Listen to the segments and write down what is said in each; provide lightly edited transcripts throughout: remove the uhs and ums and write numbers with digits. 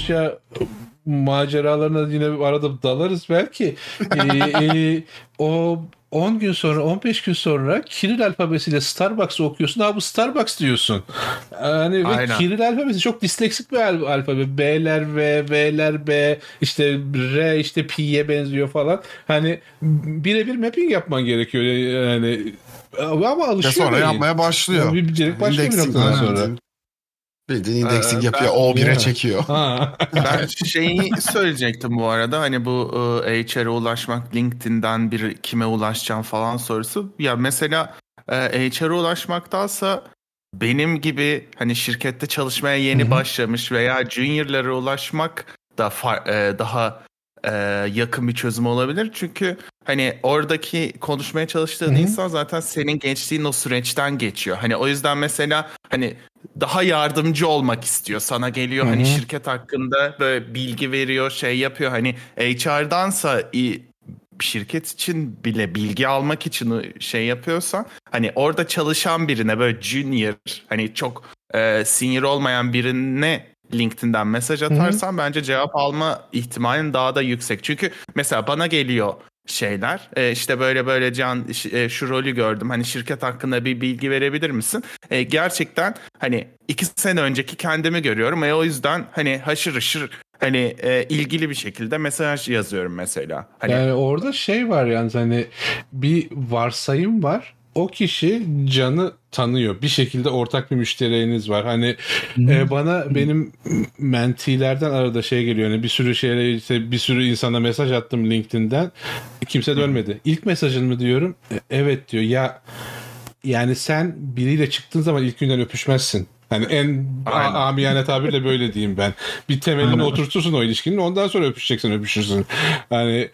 eşya maceralarına yine arada dalarız belki. O 10 gün sonra 15 gün sonra Kiril alfabesiyle Starbucks okuyorsun. Abi Starbucks diyorsun. Yani ve Kiril alfabesi çok disleksik bir alfabe. B'ler V, V'ler B, işte R işte P'ye benziyor falan. Hani birebir mapping yapman gerekiyor yani. Ama alışıyor. Ve sonra yapmaya başlıyor. Yani bir başka bir noktadan sonra. Bildiğin indexing yapıyor. O1'e çekiyor. Ben şeyi söyleyecektim bu arada. Hani bu HR'e ulaşmak, LinkedIn'den bir kime ulaşacağım falan sorusu. Ya mesela HR'e ulaşmaktansa benim gibi hani şirkette çalışmaya yeni başlamış veya junior'lara ulaşmak da daha yakın bir çözüm olabilir. Çünkü hani oradaki konuşmaya çalıştığın insan zaten senin geçtiğin o süreçten geçiyor. Hani o yüzden mesela hani daha yardımcı olmak istiyor. Sana geliyor hani şirket hakkında böyle bilgi veriyor, şey yapıyor. Hani HR'dansa şirket için bile bilgi almak için şey yapıyorsan hani orada çalışan birine böyle junior hani çok senior olmayan birine LinkedIn'den mesaj atarsan bence cevap alma ihtimalin daha da yüksek. Çünkü mesela bana geliyor şeyler işte böyle Can şu rolü gördüm hani şirket hakkında bir bilgi verebilir misin? Gerçekten hani 2 sene önceki kendimi görüyorum o yüzden hani haşır haşır hani ilgili bir şekilde mesaj yazıyorum mesela. Hani yani orada şey var yani hani bir varsayım var. O kişi Can'ı tanıyor. Bir şekilde ortak bir müşteriniz var. Hani bana benim mentilerden arada şey geliyor. Yani bir sürü şeyle işte bir sürü insana mesaj attım LinkedIn'den. Kimse dönmedi. İlk mesajın mı diyorum? Evet diyor. Ya yani sen biriyle çıktığın zaman ilk günden öpüşmezsin. Hani en amiyane tabirle böyle diyeyim ben. Bir temelini oturtursun o ilişkinin, ondan sonra öpüşürsün. Hani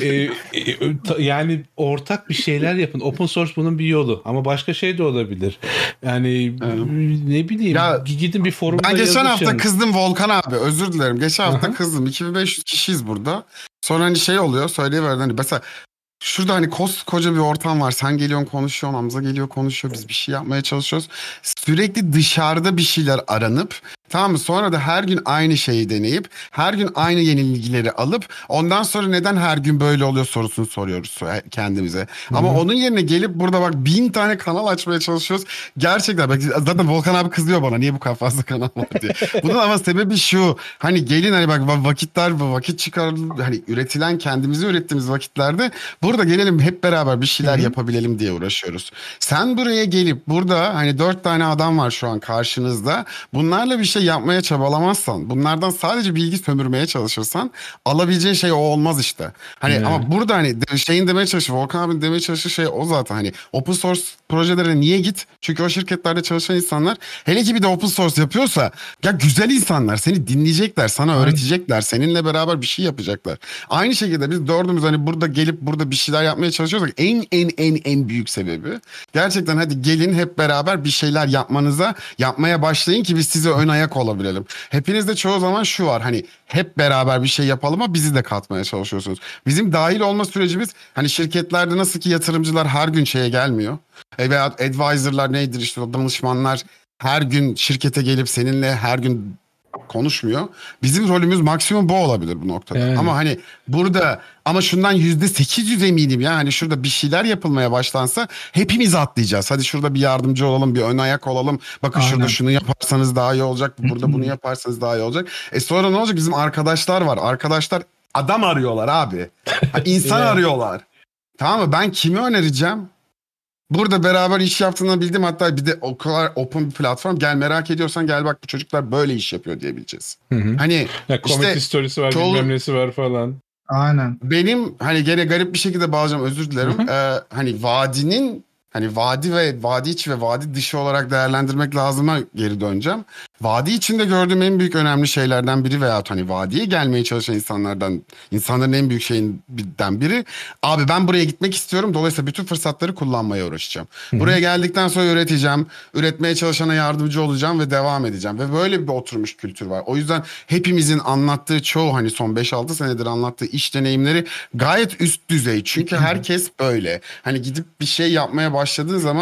yani ortak bir şeyler yapın. Open source bunun bir yolu. Ama başka şey de olabilir. Yani ne bileyim ya, gidin bir forumda ben geçen yazışın. hafta kızdım Volkan abi. Özür dilerim. Geçen hafta kızdım. 2500 kişiyiz burada. Sonra hani şey oluyor. Söyleyiverdi hani mesela şurada hani koskoca bir ortam var. Sen geliyorsun konuşuyorsun. Hamza geliyor konuşuyor. Biz bir şey yapmaya çalışıyoruz. Sürekli dışarıda bir şeyler aranıp tamam mı? Sonra da her gün aynı şeyi deneyip her gün aynı yenilgileri alıp ondan sonra neden her gün böyle oluyor sorusunu soruyoruz kendimize. Ama onun yerine gelip burada bak 1000 tane kanal açmaya çalışıyoruz. Gerçekten bak zaten Volkan abi kızıyor bana niye bu kadar fazla kanal var diye. Bunun ama sebebi şu hani gelin hani bak vakit çıkar hani üretilen kendimizi ürettiğimiz vakitlerde burada gelelim hep beraber bir şeyler yapabilelim diye uğraşıyoruz. Sen buraya gelip burada hani 4 tane adam var şu an karşınızda. Bunlarla bir şey yapmaya çabalamazsan, bunlardan sadece bilgi sömürmeye çalışırsan alabileceğin şey o olmaz işte. Hani ama burada hani şeyin demeye çalışır, Volkan abinin demeye çalıştığı şey o zaten hani open source projelere niye git? Çünkü o şirketlerde çalışan insanlar hele ki bir de open source yapıyorsa ya güzel insanlar seni dinleyecekler, sana öğretecekler, seninle beraber bir şey yapacaklar. Aynı şekilde biz dördümüz hani burada gelip burada bir şeyler yapmaya çalışıyorsak en büyük sebebi gerçekten hadi gelin hep beraber bir şeyler yapmaya başlayın ki biz size ön ayak olabilelim. Hepinizde çoğu zaman şu var hani hep beraber bir şey yapalım ama bizi de katmaya çalışıyorsunuz. Bizim dahil olma sürecimiz hani şirketlerde nasıl ki yatırımcılar her gün şeye gelmiyor. Veya advisor'lar nedir işte o danışmanlar her gün şirkete gelip seninle her gün konuşmuyor. Bizim rolümüz maksimum bu olabilir bu noktada. Evet. Ama hani burada ama şundan %800 eminim ya. Hani şurada bir şeyler yapılmaya başlansa hepimiz atlayacağız. Hadi şurada bir yardımcı olalım, bir ön ayak olalım. Bakın şurada şunu yaparsanız daha iyi olacak. Burada bunu yaparsanız daha iyi olacak. Sonra ne olacak? Bizim arkadaşlar var. Arkadaşlar adam arıyorlar abi. İnsan arıyorlar. Tamam mı? Ben kimi önereceğim? Burada beraber iş yaptığını bildim. Hatta bir de o kadar open bir platform. Gel merak ediyorsan gel bak bu çocuklar böyle iş yapıyor diyebileceğiz. Hani ya, community story'si var bilmem nesi var falan. Aynen. Benim hani gene garip bir şekilde bağlayacağım özür dilerim. Hani vadinin hani vadi içi ve vadi dışı olarak değerlendirmek lazıma geri döneceğim. Vadi içinde gördüğüm en büyük önemli şeylerden biri veya hani vadiye gelmeye çalışan insanların en büyük şeyinden biri. Abi ben buraya gitmek istiyorum. Dolayısıyla bütün fırsatları kullanmaya uğraşacağım. Buraya geldikten sonra üreteceğim. Üretmeye çalışana yardımcı olacağım ve devam edeceğim. Ve böyle bir oturmuş kültür var. O yüzden hepimizin anlattığı çoğu hani son 5-6 senedir anlattığı iş deneyimleri gayet üst düzey. Çünkü herkes böyle. Hani gidip bir şey yapmaya başladığı zaman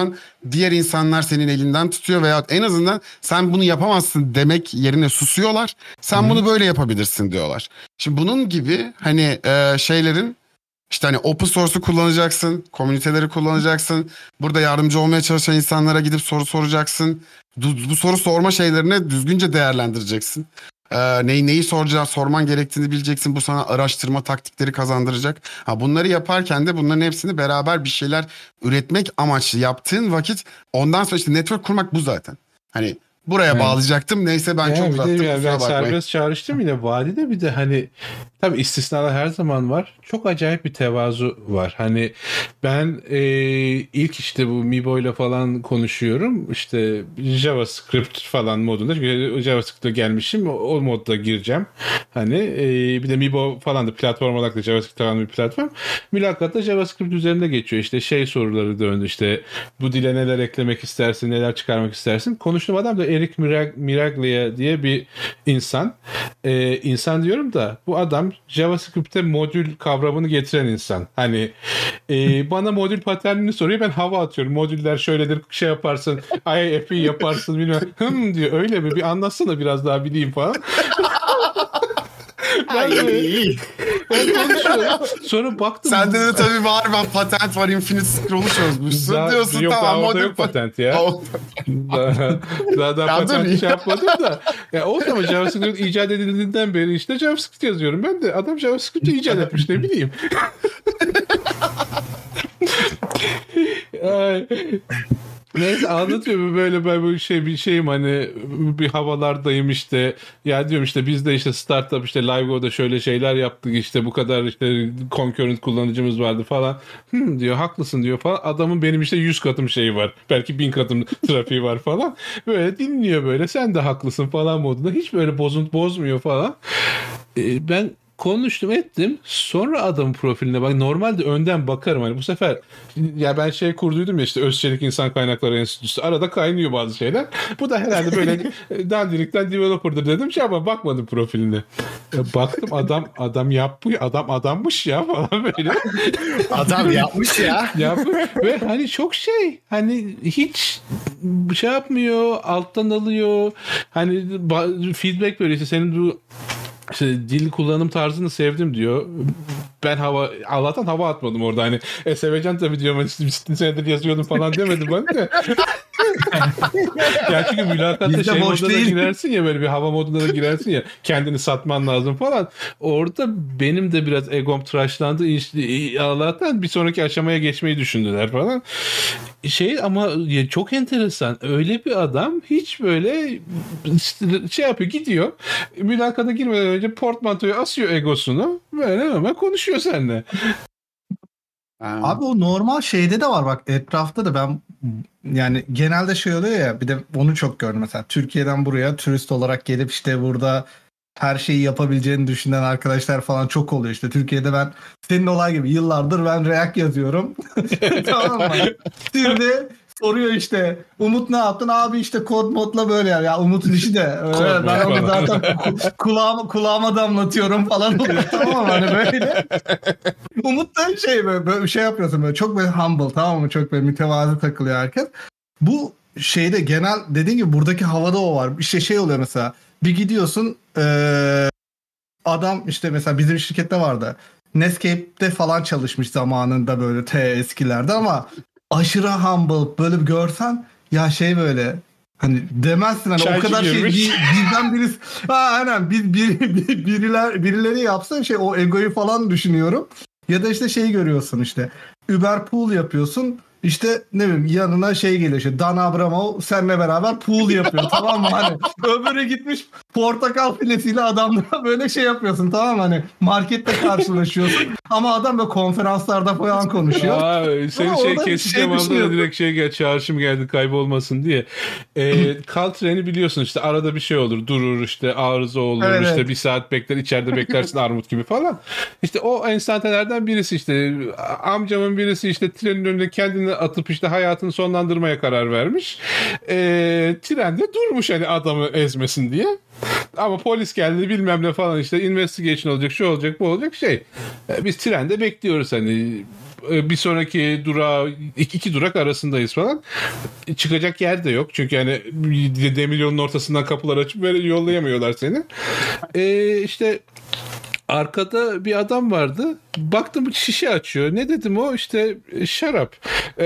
diğer insanlar senin elinden tutuyor veya en azından sen bunu yapamazsın demek yerine susuyorlar. Sen bunu böyle yapabilirsin diyorlar. Şimdi bunun gibi hani şeylerin işte hani open source'u kullanacaksın, komüniteleri kullanacaksın. Burada yardımcı olmaya çalışan insanlara gidip soru soracaksın. Bu soru sorma şeylerini düzgünce değerlendireceksin. Neyi sorman gerektiğini bileceksin. Bu sana araştırma taktikleri kazandıracak. Bunları yaparken de bunların hepsini beraber bir şeyler üretmek amaçlı yaptığın vakit ondan sonra işte network kurmak bu zaten. Hani buraya bağlayacaktım. Neyse ben çok uzattım. Ben serbest çağrıştım yine vadide bir de hani tabii istisnalar her zaman var. Çok acayip bir tevazu var. Hani ben ilk işte bu Mibo ile falan konuşuyorum. İşte JavaScript falan modunda. Çünkü JavaScript'e gelmişim. O modda gireceğim. Hani bir de Mibo falan da platform olarak da JavaScript falan bir platform. Mülakatta JavaScript üzerinde geçiyor. İşte şey soruları döndü. İşte bu dile neler eklemek istersin, neler çıkarmak istersin. Konuştuğum adam da Eric Miraglia diye bir insan. İnsan diyorum da bu adam JavaScript'te modül kavramını getiren insan. Hani bana modül paternini soruyor. Ben hava atıyorum. Modüller şöyledir, şey yaparsın. IAP yaparsın bilmem. Diyor. Öyle mi? Bir anlatsana biraz daha bileyim falan. Ben konuşuyorum. Sonra baktım. Sende de tabii var patent var. Infinite Scroll'u çözmüşsün diyorsun. Yok, tamam orada yok patent ya. daha patent şey yapmadım da. Ya o zaman JavaScript icat edildiğinden beri işte JavaScript yazıyorum. Ben de adam JavaScript'i icat etmiş ne bileyim. Neyse anlatıyorum böyle ben bu bir şeyim hani bir havalardayım işte ya diyorum işte biz de işte startup işte Livego'da şöyle şeyler yaptık işte bu kadar işte concurrent kullanıcımız vardı falan diyor haklısın diyor falan adamın benim işte 100 katım şeyi var belki 1000 katım trafiği var falan böyle dinliyor böyle sen de haklısın falan modunda hiç böyle bozmuyor falan ben konuştum ettim. Sonra adamın profiline bak. Normalde önden bakarım. Hani bu sefer ya ben şey kurduydum ya işte Özçelik İnsan Kaynakları Enstitüsü. Arada kaynıyor bazı şeyler. Bu da herhalde böyle dandirikten developer'dır dedim. Ama bakmadım profiline. Baktım adam yapmış. Adammış ya falan böyle. Adam yapmış ya. Yapmış. Ve hani çok hani hiç şey yapmıyor. Alttan alıyor. Hani feedback veriyor. İşte senin bu İşte dil kullanım tarzını sevdim diyor. Ben Allah'tan hava atmadım orada hani. Sevecen tabii diyor ben işte senedir yazıyordum falan demedim ben de. Ya çünkü mülakatta şey moduna da girersin ya böyle bir hava moduna da girersin ya kendini satman lazım falan. Orada benim de biraz egom tıraşlandı. Allah'tan bir sonraki aşamaya geçmeyi düşündüler falan. Ama çok enteresan. Öyle bir adam hiç böyle şey yapıyor gidiyor. Mülakata girmeden önce portmantoyu asıyor egosunu. Böyle hemen konuşuyor seninle. Abi o normal şeyde de var bak etrafta da ben yani genelde şey oluyor ya bir de onu çok gördüm mesela Türkiye'den buraya turist olarak gelip işte burada her şeyi yapabileceğini düşünen arkadaşlar falan çok oluyor işte Türkiye'de ben senin olay gibi yıllardır ben React yazıyorum tamam mı? Şimdi soruyor işte Umut ne yaptın abi işte kod modla böyle ya Umut'un işi de ben onu zaten kulağıma damlatıyorum falan oluyor tamam mı hani böyle Umut da böyle şey yapıyorsun böyle çok böyle humble tamam mı çok böyle mütevazı takılıyor herkes bu şeyde genel dediğin gibi buradaki havada o var işte şey oluyor mesela bir gidiyorsun adam işte mesela bizim şirkette vardı Netscape'de falan çalışmış zamanında böyle eskilerde ama aşırı humble böyle bir görsen ya şey böyle hani demezsin hani Çaycı o kadar girmiş. şey bizden birisi aynen birileri yapsa o egoyu falan düşünüyorum ya da işte şey görüyorsun işte Uber pool yapıyorsun işte ne bileyim yanına geliyor işte Dan Abramov seninle beraber pool yapıyor tamam mı hani öbürü gitmiş portakal filesiyle adamla böyle şey yapıyorsun tamam mı hani markette karşılaşıyorsun ama adam böyle konferanslarda falan konuşuyor. Seni keseceğim abla direkt çağrışım geldi kaybolmasın diye. Caltrain'i biliyorsun işte arada bir şey olur durur işte arıza olur evet, işte evet. Bir saat bekler içeride beklersin armut gibi falan. İşte o enstantanelerden birisi işte amcamın birisi işte trenin önünde kendini atıp işte hayatını sonlandırmaya karar vermiş. Trende durmuş hani adamı ezmesin diye. Ama polis geldi bilmem ne falan işte investigation olacak şu olacak bu olacak biz trende bekliyoruz hani bir sonraki durağı iki durak arasındayız falan. Çıkacak yer de yok. Çünkü hani demiryolun ortasından kapılar açıp böyle yollayamıyorlar seni. İşte arkada bir adam vardı. Baktım şişe açıyor. Ne dedim o? İşte şarap.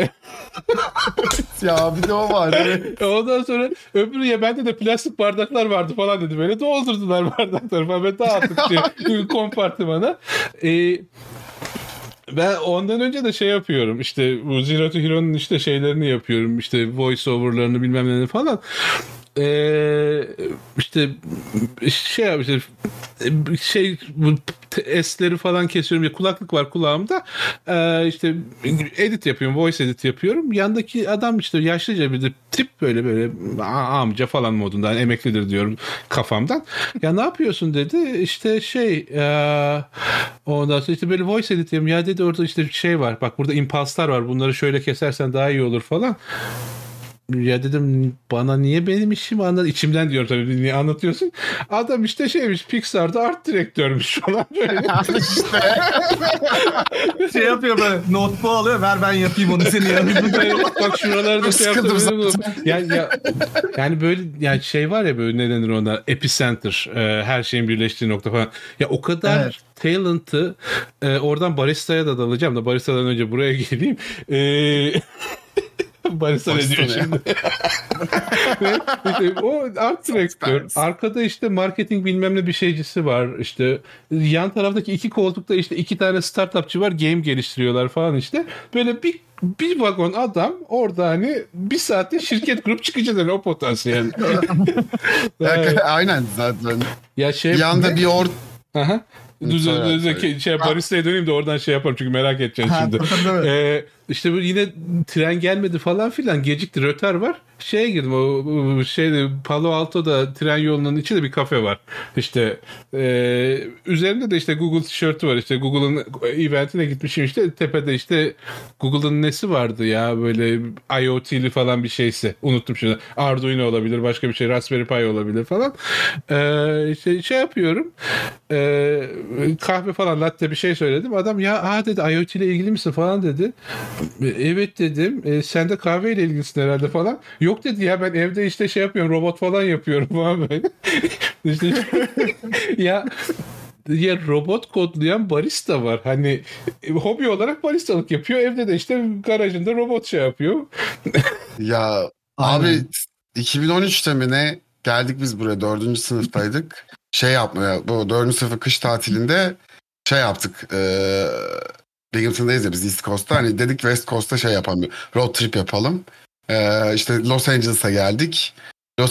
Ya bir de o var. Evet. Ondan sonra öbürü ya bende de plastik bardaklar vardı falan dedi. Böyle doldurdular bardakları falan. Ben dağıttık kompartımana. Ben ondan önce de şey yapıyorum. İşte bu Zero to Hero'nun işte şeylerini yapıyorum. İşte voice over'larını bilmem ne falan. İşte S'leri falan kesiyorum. Ya kulaklık var kulağımda. İşte edit yapıyorum. Voice edit yapıyorum. Yandaki adam işte yaşlıca bir de tip böyle amca falan modunda. Yani emeklidir diyorum kafamdan. Ya ne yapıyorsun dedi. İşte ondan sonra işte böyle voice edit yapıyorum. Ya dedi orada işte şey var. Bak burada impulslar var. Bunları şöyle kesersen daha iyi olur falan. Ya dedim bana niye benim işim anlat içimden diyorum tabii niye anlatıyorsun. Adam işte şeymiş Pixar'da art direktörmüş falan böyle. Şey yapıyor böyle notebook alıyor ver ben yapayım onu senin yanında. Bak şuralarda şey yaptım. Yani böyle yani şey var ya böyle ne denir ona epicenter her şeyin birleştiği nokta falan. Ya o kadar evet. Talent'ı oradan baristaya da dalacağım da baristadan önce buraya geleyim. Barista ne diyor şimdi? İşte o art direktör. Arkada işte marketing bilmem ne bir şeycisi var. İşte yan taraftaki iki koltukta işte iki tane startupçı var. Game geliştiriyorlar falan işte. Böyle bir vagon adam orada hani bir saatte şirket kurup çıkacağız yani o potansiyel. Aynen zaten. Ya bir anda bir Aha. Barista'ya döneyim de oradan şey yaparım çünkü merak edeceksin şimdi. İşte yine tren gelmedi falan filan gecikti rötar var. Şeye girdim o Palo Alto'da tren yolunun içinde bir kafe var. İşte üzerinde de işte Google tişörtü var. İşte Google'ın eventine gitmişim işte tepede işte Google'ın nesi vardı ya böyle IoT'li falan bir şeysi. Unuttum şimdi. Arduino olabilir başka bir şey. Raspberry Pi olabilir falan. İşte şey yapıyorum. Kahve falan latte bir şey söyledim. Adam ya dedi IoT ile ilgili misin falan dedi. Evet dedim. Sen de kahveyle ilgilisin herhalde falan. Yok dedi ya ben evde işte şey yapıyorum robot falan yapıyorum falan böyle. İşte ya robot kodlayan barista var. Hani hobi olarak baristalık yapıyor. Evde de işte garajında robot şey yapıyor. Ya abi 2013'te mi ne geldik biz buraya 4. sınıftaydık. Şey yapmaya bu 4. sınıfı kış tatilinde şey yaptık. Binghamton'dayız ya biz East Coast'ta. Hani dedik West Coast'ta şey yapalım. Road trip yapalım. İşte Los Angeles'a geldik. Los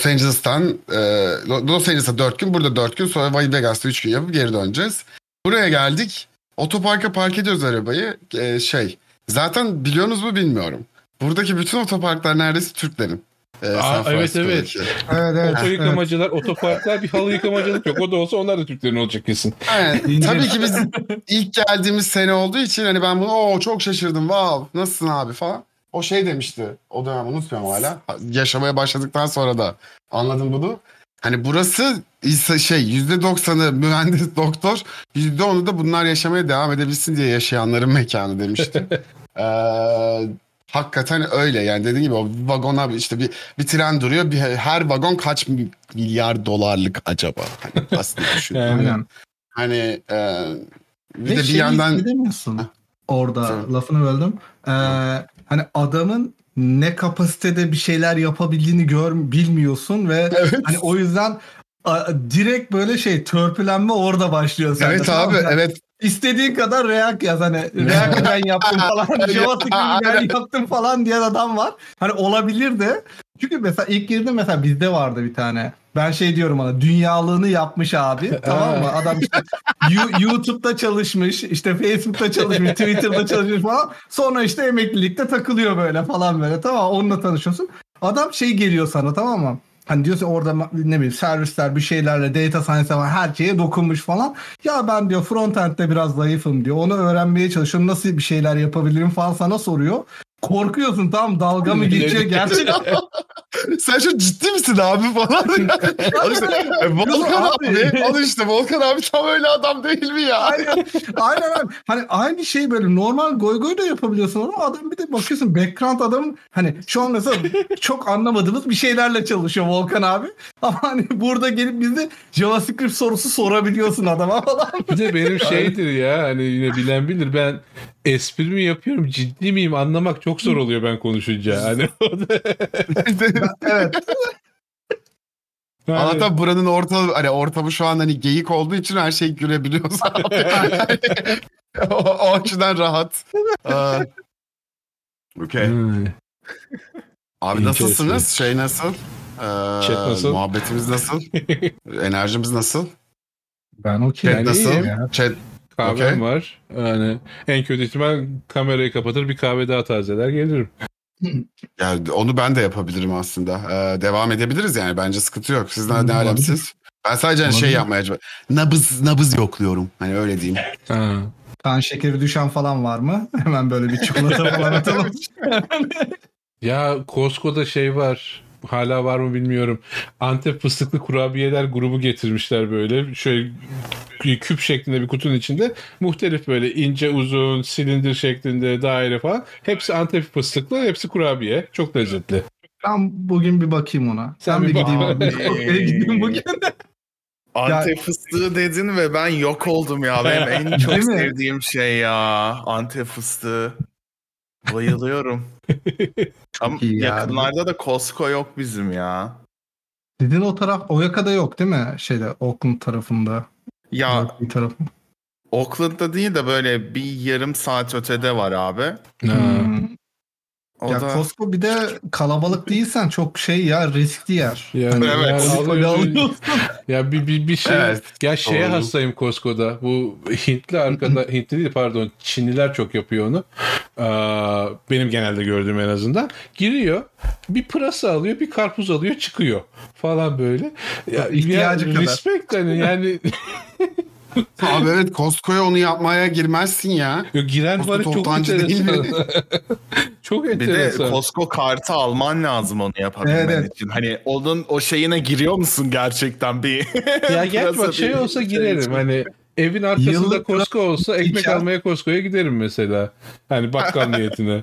Angeles'a 4 gün, burada 4 gün, sonra Vegas'ta 3 gün yapıp geri döneceğiz. Buraya geldik. Otoparka park ediyoruz arabayı. Zaten biliyorsunuz mu bilmiyorum. Buradaki bütün otoparklar neredeyse Türklerin. Evet. Otoyıkamacılar, otoparklar bir halı yıkamacılık yok. O da olsa onlar da Türklerin olacak kesin. Evet. Tabii ki biz ilk geldiğimiz sene olduğu için hani ben bunu çok şaşırdım. Wow, nasılsın abi falan. O şey demişti. O dönem unutmuyorum hala. Yaşamaya başladıktan sonra da anladım bunu. Hani burası %90'ı mühendis, doktor, %10'u da bunlar yaşamaya devam edebilsin diye yaşayanların mekanı demişti. Hakikaten öyle yani dediğim gibi o vagona işte bir tren duruyor. Her vagon kaç milyar dolarlık acaba? Hani aslında düşünüyorum. Hani bir de bir yandan demiyorsun. Orada lafını böldüm. Hani adamın ne kapasitede bir şeyler yapabildiğini bilmiyorsun ve hani o yüzden direkt böyle törpülenme orada başlıyor sende. Evet abi evet. İstediğin kadar React yaz hani React ben yaptım falan JavaScript'i ben yaptım falan diyen adam var. Hani olabilir de. Çünkü mesela ilk girdim mesela bizde vardı bir tane. Ben diyorum ona dünyalığını yapmış abi. Tamam mı? Adam işte YouTube'da çalışmış, işte Facebook'ta çalışmış, Twitter'da çalışmış falan. Sonra işte emeklilikte takılıyor böyle falan böyle. Tamam onunla tanışıyorsun. Adam geliyor sana tamam mı? Hani diyorsun orada ne bileyim servisler bir şeylerle data science var her şeye dokunmuş falan. Ya ben diyor frontend'de biraz zayıfım diyor. Onu öğrenmeye çalışıyorum. Nasıl bir şeyler yapabilirim falan sana soruyor. Korkuyorsun tamam dalga mı geçiyor gerçekten. Sen şu ciddi misin abi falan. Al işte, Volkan abi. Al işte Volkan abi tam öyle adam değil mi ya? Aynen. Hani aynı şey böyle normal goy da yapabiliyorsun ama adam bir de bakıyorsun background adamın hani şu an mesela çok anlamadığımız bir şeylerle çalışıyor Volkan abi. Ama hani burada gelip bize JavaScript sorusu sorabiliyorsun adama falan. Bir de benim şeydir ya hani yine bilen bilir ben espri mi yapıyorum ciddi miyim anlamak çok zor oluyor ben konuşunca. Hani Evet. Anlatan buranın ortamı şu an hani geyik olduğu için her şeyi görebiliyoruz abi. o açıdan rahat. Okey. Abi nasılsınız? Şey nasıl? Chat nasıl? Muhabbetimiz nasıl? Enerjimiz nasıl? Ben okey. Chat nasıl? Chat Kahvem var. Yani en kötü ihtimal kamerayı kapatır bir kahve daha tazeler gelirim. Yani onu ben de yapabilirim aslında. Devam edebiliriz yani. Bence sıkıntı yok. Siz ne alemsiz? Ben sadece hani şey yapmaya nabız yokluyorum. Hani öyle diyeyim. Kan şekeri düşen falan var mı? Hemen böyle bir çikolata falan atalım. Ya Costco'da şey var. Hala var mı bilmiyorum. Antep fıstıklı kurabiyeler grubu getirmişler böyle. Şöyle küp şeklinde bir kutunun içinde. Muhtelif böyle ince uzun, silindir şeklinde, daire falan. Hepsi Antep fıstıklı, hepsi kurabiye. Çok lezzetli. Ben bugün bir bakayım ona. Sen bir gideyim abi. Okey gideyim bugün. Antep fıstığı dedin ve ben yok oldum ya. Benim en çok sevdiğim şey ya. Antep fıstığı. Bayılıyorum. Ama yakınlarda da Costco yok bizim ya. Sizin o taraf Oyaka'da yok değil mi? Auckland tarafında. Ya Auckland'da değil de böyle bir yarım saat ötede var abi. Ya da... Costco bir de kalabalık değilsen çok riskli yer. Yani, evet. Yani ya bir şey evet, ya şeye hastayım Costco'da. Bu Hintli değil pardon Çinliler çok yapıyor onu. Benim genelde gördüğüm en azından. Giriyor bir pırasa alıyor bir karpuz alıyor çıkıyor falan böyle. Ya, İhtiyacı kadar. Respect hani yani. Abi evet Costco'ya onu yapmaya girmezsin ya. Giren var çok enteresan. Çok enteresan. Bir de Costco kartı alman lazım onu yapabilmen için. Hani onun o şeyine giriyor musun gerçekten bir? Ya geç bak şey olsa girerim hani evin arkasında Yıllık Costco olsa ekmek almaya Costco'ya giderim mesela. Hani bakkal niyetine.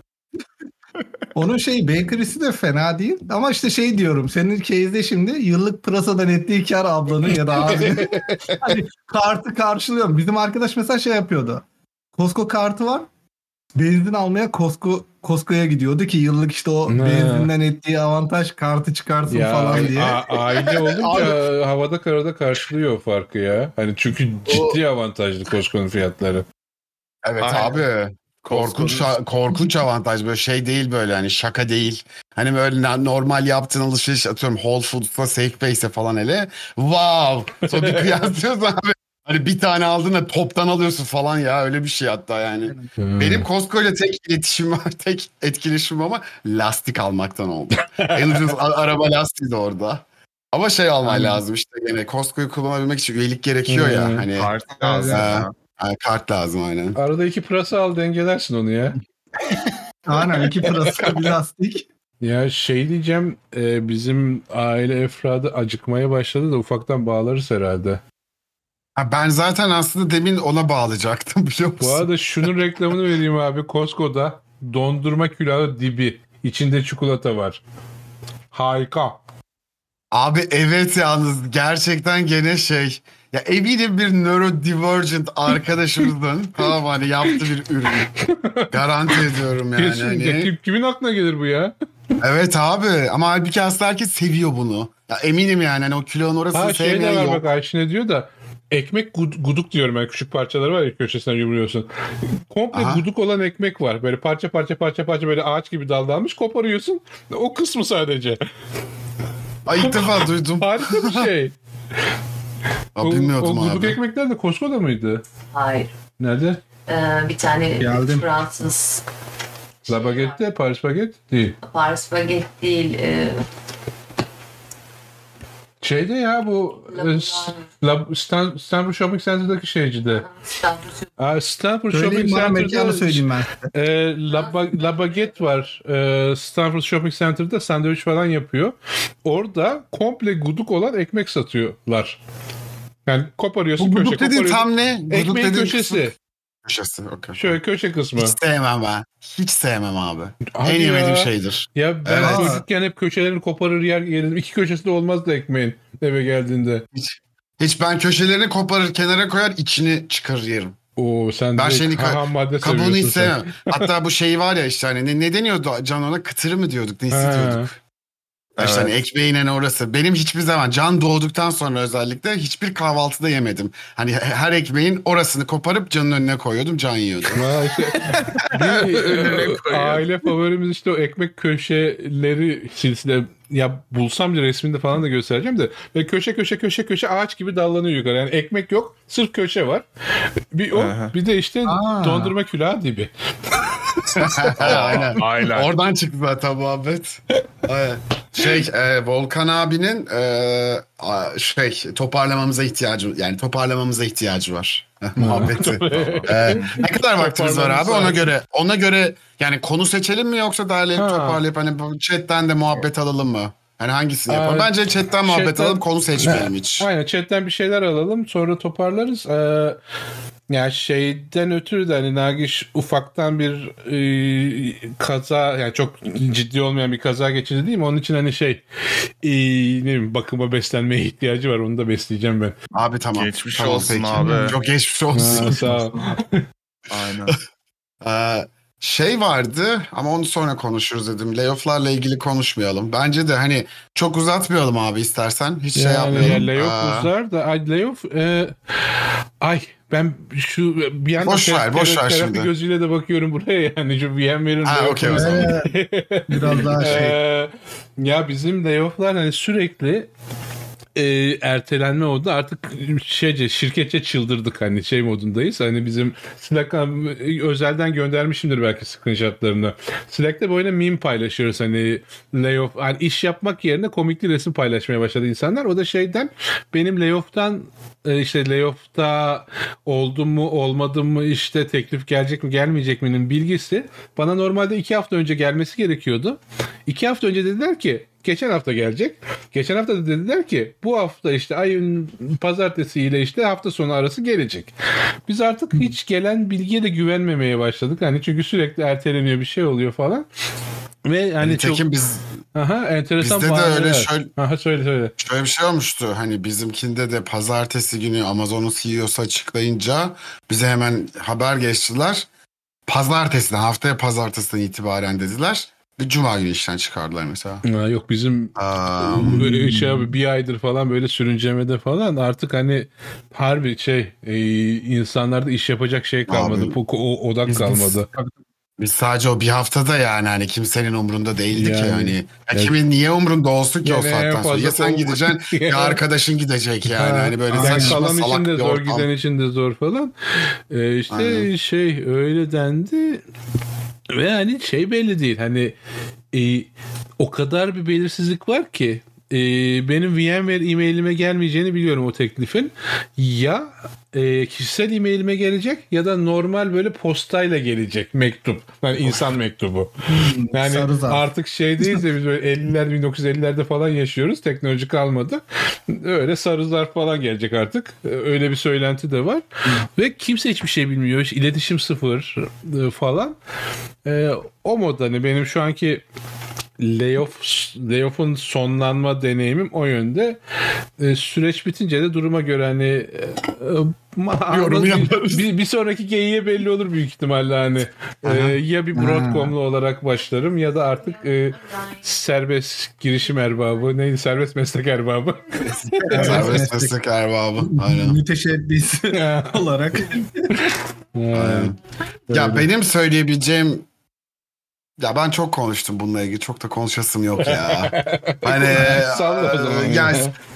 Onun bakery'si de fena değil ama işte diyorum senin case'de şimdi yıllık pırasadan ettiği kar ablanın ya da abinin hani kartı karşılıyor. Bizim arkadaş mesela yapıyordu. Costco kartı var. Benzin almaya Costco'ya gidiyordu ki yıllık işte o benzinden ettiği avantaj kartı çıkarsın falan diye. Aile olunca havada karada karşılıyor o farkı ya. Hani çünkü ciddi avantajlı Costco'nun fiyatları. Evet abi. Korkunç avantaj böyle değil böyle hani şaka değil. Hani böyle normal yaptığın alışveriş atıyorum Whole Foods'la Safebase'e falan hele. Wow! Sonra bir kıyaslıyorsun abi. Hani bir tane aldın da toptan alıyorsun falan ya öyle bir şey hatta yani. Benim Costco ile tek etkileşimim ama lastik almaktan oldu. En ucuz araba lastiği de orada. Ama alman lazım işte gene Costco'yu kullanabilmek için üyelik gerekiyor ya. Hani kart lazım. Kart lazım aynen. Arada 2 pırasa al dengelersin onu ya. Aynen 2 pırasa bir lastik. Ya diyeceğim bizim aile efradı acıkmaya başladı da ufaktan bağlarız herhalde. Ben zaten aslında demin ona bağlayacaktım biliyor musun? Bu arada şunun reklamını vereyim abi. Costco'da dondurma külahı dibi. İçinde çikolata var. Harika. Abi evet yalnız gerçekten gene ya eminim bir neurodivergent arkadaşımızın tamam hani yaptığı bir ürün. Garanti ediyorum yani. Kesinlikle. Kimin aklına gelir bu ya? Evet abi ama halbuki aslında herkes seviyor bunu. Ya eminim yani hani o kilonun orasını sevmeyen de var yok. bak Ayşe ne diyor da ekmek guduk diyorum ben küçük parçaları var ya köşesinden yumruyorsun. Komple guduk olan ekmek var. Böyle parça böyle ağaç gibi dallanmış koparıyorsun. O kısmı sadece. Ay ilk defa duydum. Harika bir şey. Bilmiyordum o abi. guduk ekmek nerede? Costco'da mıydı? Hayır. Nerede? Bir tane Fransız. La Baguette, Paris Baguette değil. Paris Baguette değil. Şeyde ya bu Stanford Shopping Center'daki şeycide. Stanford Shopping Center'da söyleyeyim ben La Baguette var. Stanford Shopping Center'da sandviç falan yapıyor. Orada komple guduk olan ekmek satıyorlar. Yani koparıyorsun bu köşe guduk dediğin tam ne? Ekmeğin köşesi. Köşesi. Okay. Şöyle köşe kısmı. Hiç sevmem ben. Hiç sevmem abi. En yemediğim şeydir. Ya ben çocukken hep köşelerini koparır yerim. İki köşesi de olmazdı ekmeğin eve geldiğinde. Hiç ben köşelerini koparır kenara koyar içini çıkarır yerim. Sen ben şeyini kabuğunu hiç sevmem. Hatta bu şey var ya işte hani ne deniyordu Can ona, kıtırı mı diyorduk, ne diyorduk? Evet. İşte hani ekmeğinin orası. Benim hiçbir zaman Can doğduktan sonra özellikle hiçbir kahvaltıda yemedim. Hani her ekmeğin orasını koparıp Can'ın önüne koyuyordum. Can yiyordu. Aile favorimiz işte o ekmek köşeleri silsile. Ya bulsam bile resminde falan da göstereceğim de. Ve köşe ağaç gibi dallanıyor yukarı. Yani ekmek yok. Sırf köşe var. Bir de işte dondurma külahı dibi. Aynen. Oradan çıktı zaten muhabbet. Volkan abinin toparlamamıza ihtiyacı var. Muhabbeti. Ne kadar vaktimiz var abi ona göre yani konu seçelim mi yoksa derleyip toparlayıp hani chatten de muhabbet alalım mı? Hani hangisini yapalım? Bence chatten muhabbet alalım, konu seçmeyelim hiç. Aynen, chatten bir şeyler alalım sonra toparlarız. Yani şeyden ötürü de hani Nagiş ufaktan bir kaza, yani çok ciddi olmayan bir kaza geçirdi değil mi? Onun için hani ne bileyim, bakıma, beslenmeye ihtiyacı var. Onu da besleyeceğim ben. Abi tamam. Geçmiş olsun peki. Abi. Çok geçmiş olsun. Sağ ol. Aynen. Vardı ama onu sonra konuşuruz dedim. Layoff'larla ilgili konuşmayalım. Bence de hani çok uzatmayalım abi istersen. Hiç şey yapmayalım. Layoff uzar da layoff ben şu bir yandan boş ver şimdi. Gözüyle de bakıyorum buraya, yani şu VMware'in biraz daha ya bizim layoff'lar hani sürekli ertelenme oldu. Artık şirketçe çıldırdık, hani modundayız. Hani bizim Slack'a özelden göndermişimdir belki screenshotlarını. Slack'ta böyle meme paylaşıyoruz, hani layoff, yani iş yapmak yerine komikli resim paylaşmaya başladı insanlar. O da benim layoff'ta oldum mu olmadım mı, işte teklif gelecek mi gelmeyecek mi'nin bilgisi bana normalde 2 hafta önce gelmesi gerekiyordu. 2 hafta önce dediler ki geçen hafta gelecek. Geçen hafta da dediler ki bu hafta işte ayın pazartesiyle işte hafta sonu arası gelecek. Biz artık hiç gelen bilgiye de güvenmemeye başladık. Hani çünkü sürekli erteleniyor, bir şey oluyor falan. Ve hani çok enteresan bizde de öyle söyle. Şöyle bir şey olmuştu. Hani bizimkinde de pazartesi günü Amazon'un CEO'su açıklayınca bize hemen haber geçtiler. Haftaya pazartesiden itibaren dediler. Bir cuma günü işten çıkardılar mesela. Yok bizim bir aydır falan böyle sürüncemede falan artık hani harbi insanlarda iş yapacak şey kalmadı. Odak kalmadı. Biz sadece o bir haftada yani hani kimsenin umrunda değildi ki yani. Kimin niye umrunda olsun ki o saatten sonra? Ya sen gideceksin ya arkadaşın gidecek yani. Hani böyle saçma salak bir ortam. Giden için de zor falan. Öyle dendi. Ve hani belli değil. Hani o kadar bir belirsizlik var ki benim VMware e-mailime gelmeyeceğini biliyorum o teklifin. Ya kişisel e-mailime gelecek ya da normal böyle postayla gelecek mektup. Yani insan mektubu. Yani artık şeydeyiz ya, biz böyle 1950'lerde falan yaşıyoruz. Teknoloji kalmadı. Öyle sarı zarf falan gelecek artık. Öyle bir söylenti de var. Ve kimse hiçbir şey bilmiyor. İletişim sıfır falan. O modda hani benim şu anki layoff'un sonlanma deneyimim o yönde. Süreç bitince de duruma göre hani yorum yaparız. Bir sonraki geyiğe belli olur büyük ihtimalle hani. Ya bir Broadcom'lu olarak başlarım ya da artık serbest girişim erbabı, neydi, serbest meslek erbabı. Serbest meslek erbabı. Aynen. Müteşebbis olarak. Aynen. Ya benim söyleyebileceğim, ya ben çok konuştum bununla ilgili. Çok da konuşasım yok ya. Hani salla o zaman.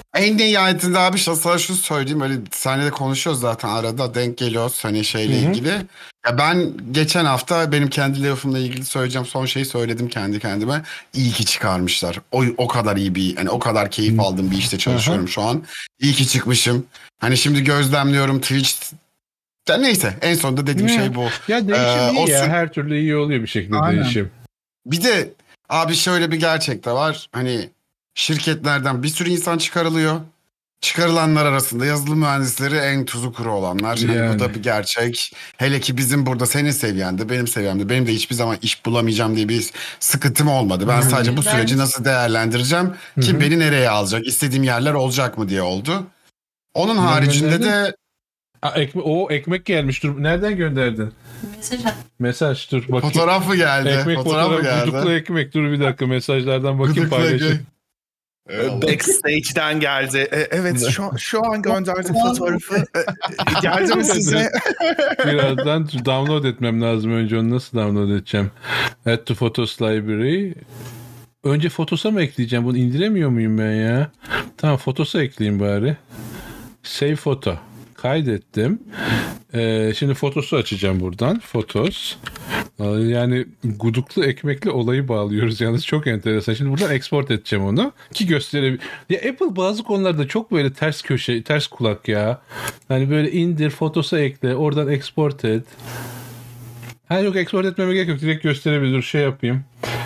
En nihayetinde abi sana şunu söyleyeyim. Öyle sahnede konuşuyoruz zaten arada denk geliyoruz hani şeyle ilgili. Ya ben geçen hafta benim kendi lafımla ilgili söyleyeceğim son şeyi söyledim kendi kendime. İyi ki çıkarmışlar. O kadar iyi bir hani o kadar keyif aldığım bir işte çalışıyorum şu an. İyi ki çıkmışım. Hani şimdi gözlemliyorum Twitch. Ya neyse en sonunda dediğim şey bu. Ya değişim iyi ya. Her türlü iyi oluyor bir şekilde değişim. Bir de abi şöyle bir gerçek de var. Hani şirketlerden bir sürü insan çıkarılıyor. Çıkarılanlar arasında yazılım mühendisleri en tuzu kuru olanlar. Yani bu da bir gerçek. Hele ki bizim burada senin seviyende, benim seviyemde. Benim de hiçbir zaman iş bulamayacağım diye bir sıkıntım olmadı. Ben sadece bu süreci nasıl değerlendireceğim? Kim beni nereye alacak? İstediğim yerler olacak mı diye oldu. Onun haricinde de... ekmek gelmiş. Dur, nereden gönderdin? Mesaj dur bakayım. Fotoğraf mı geldi? Ekmek fotoğrafı geldi. Gıdıklı ekmek. Dur bir dakika mesajlardan bakayım paylaşayım. Backstage'den geldi. Evet şu an gönderdim fotoğrafı. Geldi mi size? Birazdan download etmem lazım. Önce onu nasıl download edeceğim? Add to Photos Library. Önce Photos'a mı ekleyeceğim? Bunu indiremiyor muyum ben ya? Tamam Photos'a ekleyeyim bari. Save Photo. Kaydettim. Şimdi Photos'u açacağım buradan. Photos. Yani guduklu ekmekli olayı bağlıyoruz yalnız çok enteresan. Şimdi buradan export edeceğim onu ki gösterebilirim. Ya Apple bazı konularda çok böyle ters köşe, ters kulak ya. Hani böyle indir, Photos'a ekle, oradan export et. Yok export etmeme gerek yok. Direkt gösterebilirim. Şey yapayım.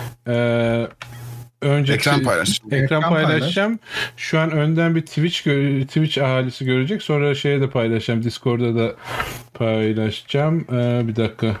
Önce ekran paylaşacağım. Şu an önden bir Twitch ahalisi görecek. Sonra şeye de paylaşacağım. Discord'da da paylaşacağım. Bir dakika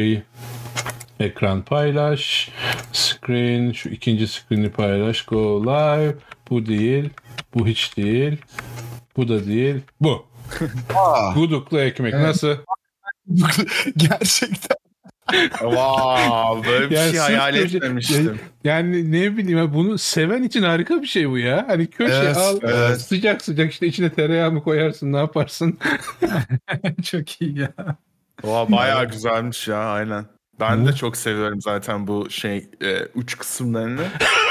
ekran paylaş. Screen. Şu ikinci screen'i paylaş. Go live. Bu değil. Bu hiç değil. Bu da değil. Bu. Guduklu ekmek. Evet. Nasıl? Gerçekten. Wow, böyle bir şey hayal etmemiştim. Yani ne bileyim bunu seven için harika bir şey bu ya. Hani köşe sıcak sıcak işte içine tereyağı mı koyarsın ne yaparsın? Çok iyi ya. Bayağı güzelmiş ya aynen. Ben de çok seviyorum zaten bu uç kısımlarını.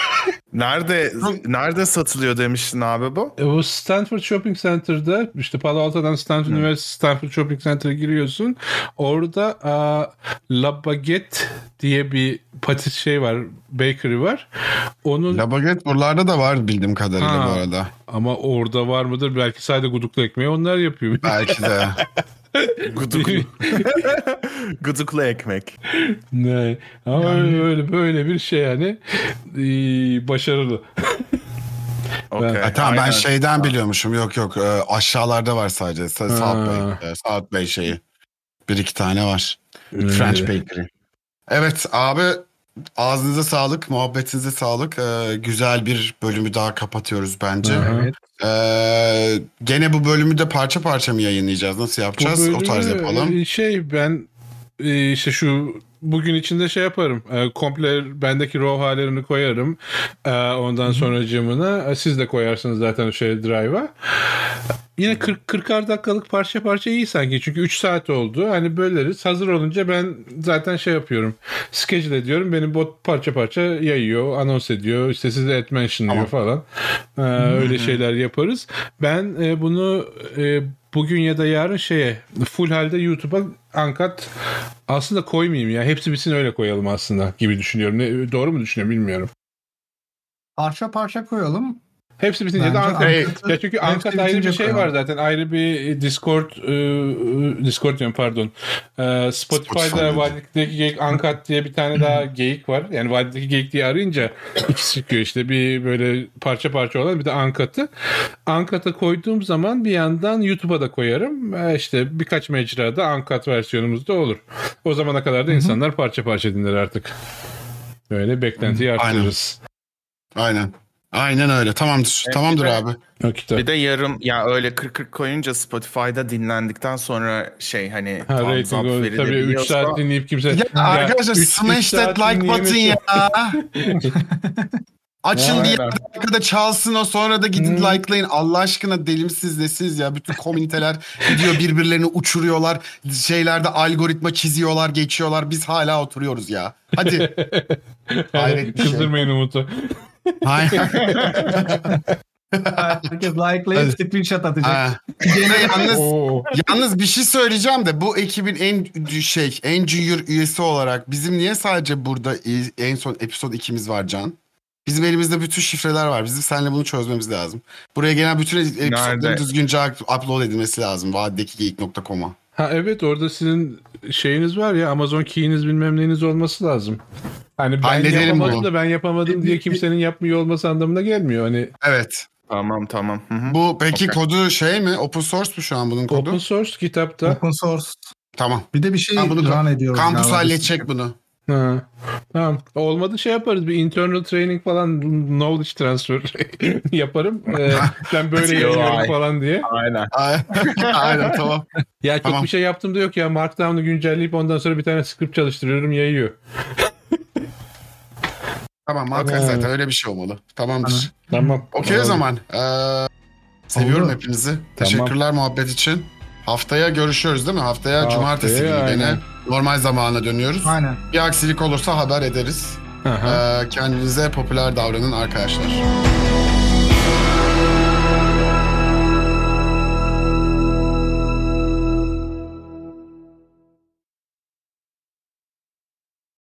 Nerede satılıyor demiştin abi bu? Bu Stanford Shopping Center'da işte Palo Alto'dan Stanford Üniversitesi Stanford Shopping Center'a giriyorsun. Orada La Baguette diye bir patis var. Bakery var. Onun La Baguette buralarda da var bildiğim kadarıyla bu arada. Ama orada var mıdır? Belki sadece guduklu ekmeği onlar yapıyor. Belki de. Gıdıklı ekmek. Ne? Ama yani... böyle bir şey yani başarılı. Okay. Tamam ben şeyden biliyormuşum. Yok aşağılarda var sadece. South Bay şeyi. Bir iki tane var. French Bakery. Evet abi ağzınıza sağlık, muhabbetinize sağlık. Güzel bir bölümü daha kapatıyoruz bence. Evet. Gene bu bölümü de parça parça mı yayınlayacağız? Nasıl yapacağız? O tarz yapalım. Ben işte şu bugün içinde yaparım. Komple bendeki raw hallerini koyarım. Ondan sonra cımına. Siz de koyarsınız zaten o drive'a. Yine 40'ar dakikalık parça parça iyi sanki. Çünkü 3 saat oldu. Hani böleriz. Hazır olunca ben zaten yapıyorum. Schedule ediyorum. Benim bot parça parça yayıyor. Anons ediyor. İşte size ad mentionlıyor falan. Öyle şeyler yaparız. Ben bunu bugün ya da yarın full halde YouTube'a uncut aslında koymayayım ya. Hepsi bitsin öyle koyalım aslında gibi düşünüyorum. Doğru mu düşünüyorum bilmiyorum. Parça parça koyalım. Hepsi bitince de Uncut. Ya çünkü Uncut ayrı bir şey var zaten. Ayrı bir Discord diyorum pardon. Spotify'da Vadideki Geyik Uncut diye bir tane daha geyik var. Yani Vadideki Geyik diye arayınca ikisi çıkıyor işte. Bir böyle parça parça olan bir de Uncut'ı. Uncut'a koyduğum zaman bir yandan YouTube'a da koyarım. İşte birkaç mecrada Uncut versiyonumuz da olur. O zamana kadar da insanlar parça parça dinler artık. Böyle beklentiyi arttırırız. Aynen öyle. Tamamdır. Tamamdır abi. Bir de yarım öyle 40-40 koyunca Spotify'da dinlendikten sonra hani thumbs up verilebiliyorsa. Tabii 3 saat dinleyip kimse... Arkadaşlar smash that like button ya. Açın diye arkada çalsın o sonra da gidin likelayın. Allah aşkına deli misiniz nesiniz ya? Bütün komüniteler gidiyor birbirlerini uçuruyorlar. Şeylerde algoritma çiziyorlar geçiyorlar. Biz hala oturuyoruz ya. Hadi. Kızdırmayın Umut'u. Aynen. Herkes like'layıp screenshot atacak. Yalnız bir şey söyleyeceğim de bu ekibin en junior üyesi olarak bizim niye sadece burada en son episode 2'miz var Can? Bizim elimizde bütün şifreler var. Bizim seninle bunu çözmemiz lazım. Buraya gelen bütün episode'ların düzgünce upload edilmesi lazım. Vadidekigeyik.com'a. Ha evet, orada sizin şeyiniz var ya, Amazon key'iniz bilmem neyiniz olması lazım. Hani ben yapamadım da ben yapamadım diye kimsenin yapmıyor olması anlamına gelmiyor. Hani evet. Tamam. Hı-hı. Bu peki kodu şey mi? Open source mu şu an bunun kodu? Open source kitapta. Open source. Tamam. Bir de bir şey run ediyoruz. Kampüs halledecek bunu. Ha. Tamam. Olmadı şey yaparız. Bir internal training falan, knowledge transfer yaparım. Ben böyle yapıyorum falan diye. Aynen tamam. Ya çok bir şey yaptım da yok ya. Markdown'u güncelleyip ondan sonra bir tane script çalıştırıyorum, yayıyor. Tamam mantıklı zaten öyle bir şey olmalı. Tamamdır. Tamam. Okey o zaman. Seviyorum hepinizi. Teşekkürler muhabbet için. Haftaya görüşüyoruz değil mi? Haftaya cumartesi günü gene normal zamana dönüyoruz. Aynen. Bir aksilik olursa haber ederiz. Kendinize popüler davranın arkadaşlar.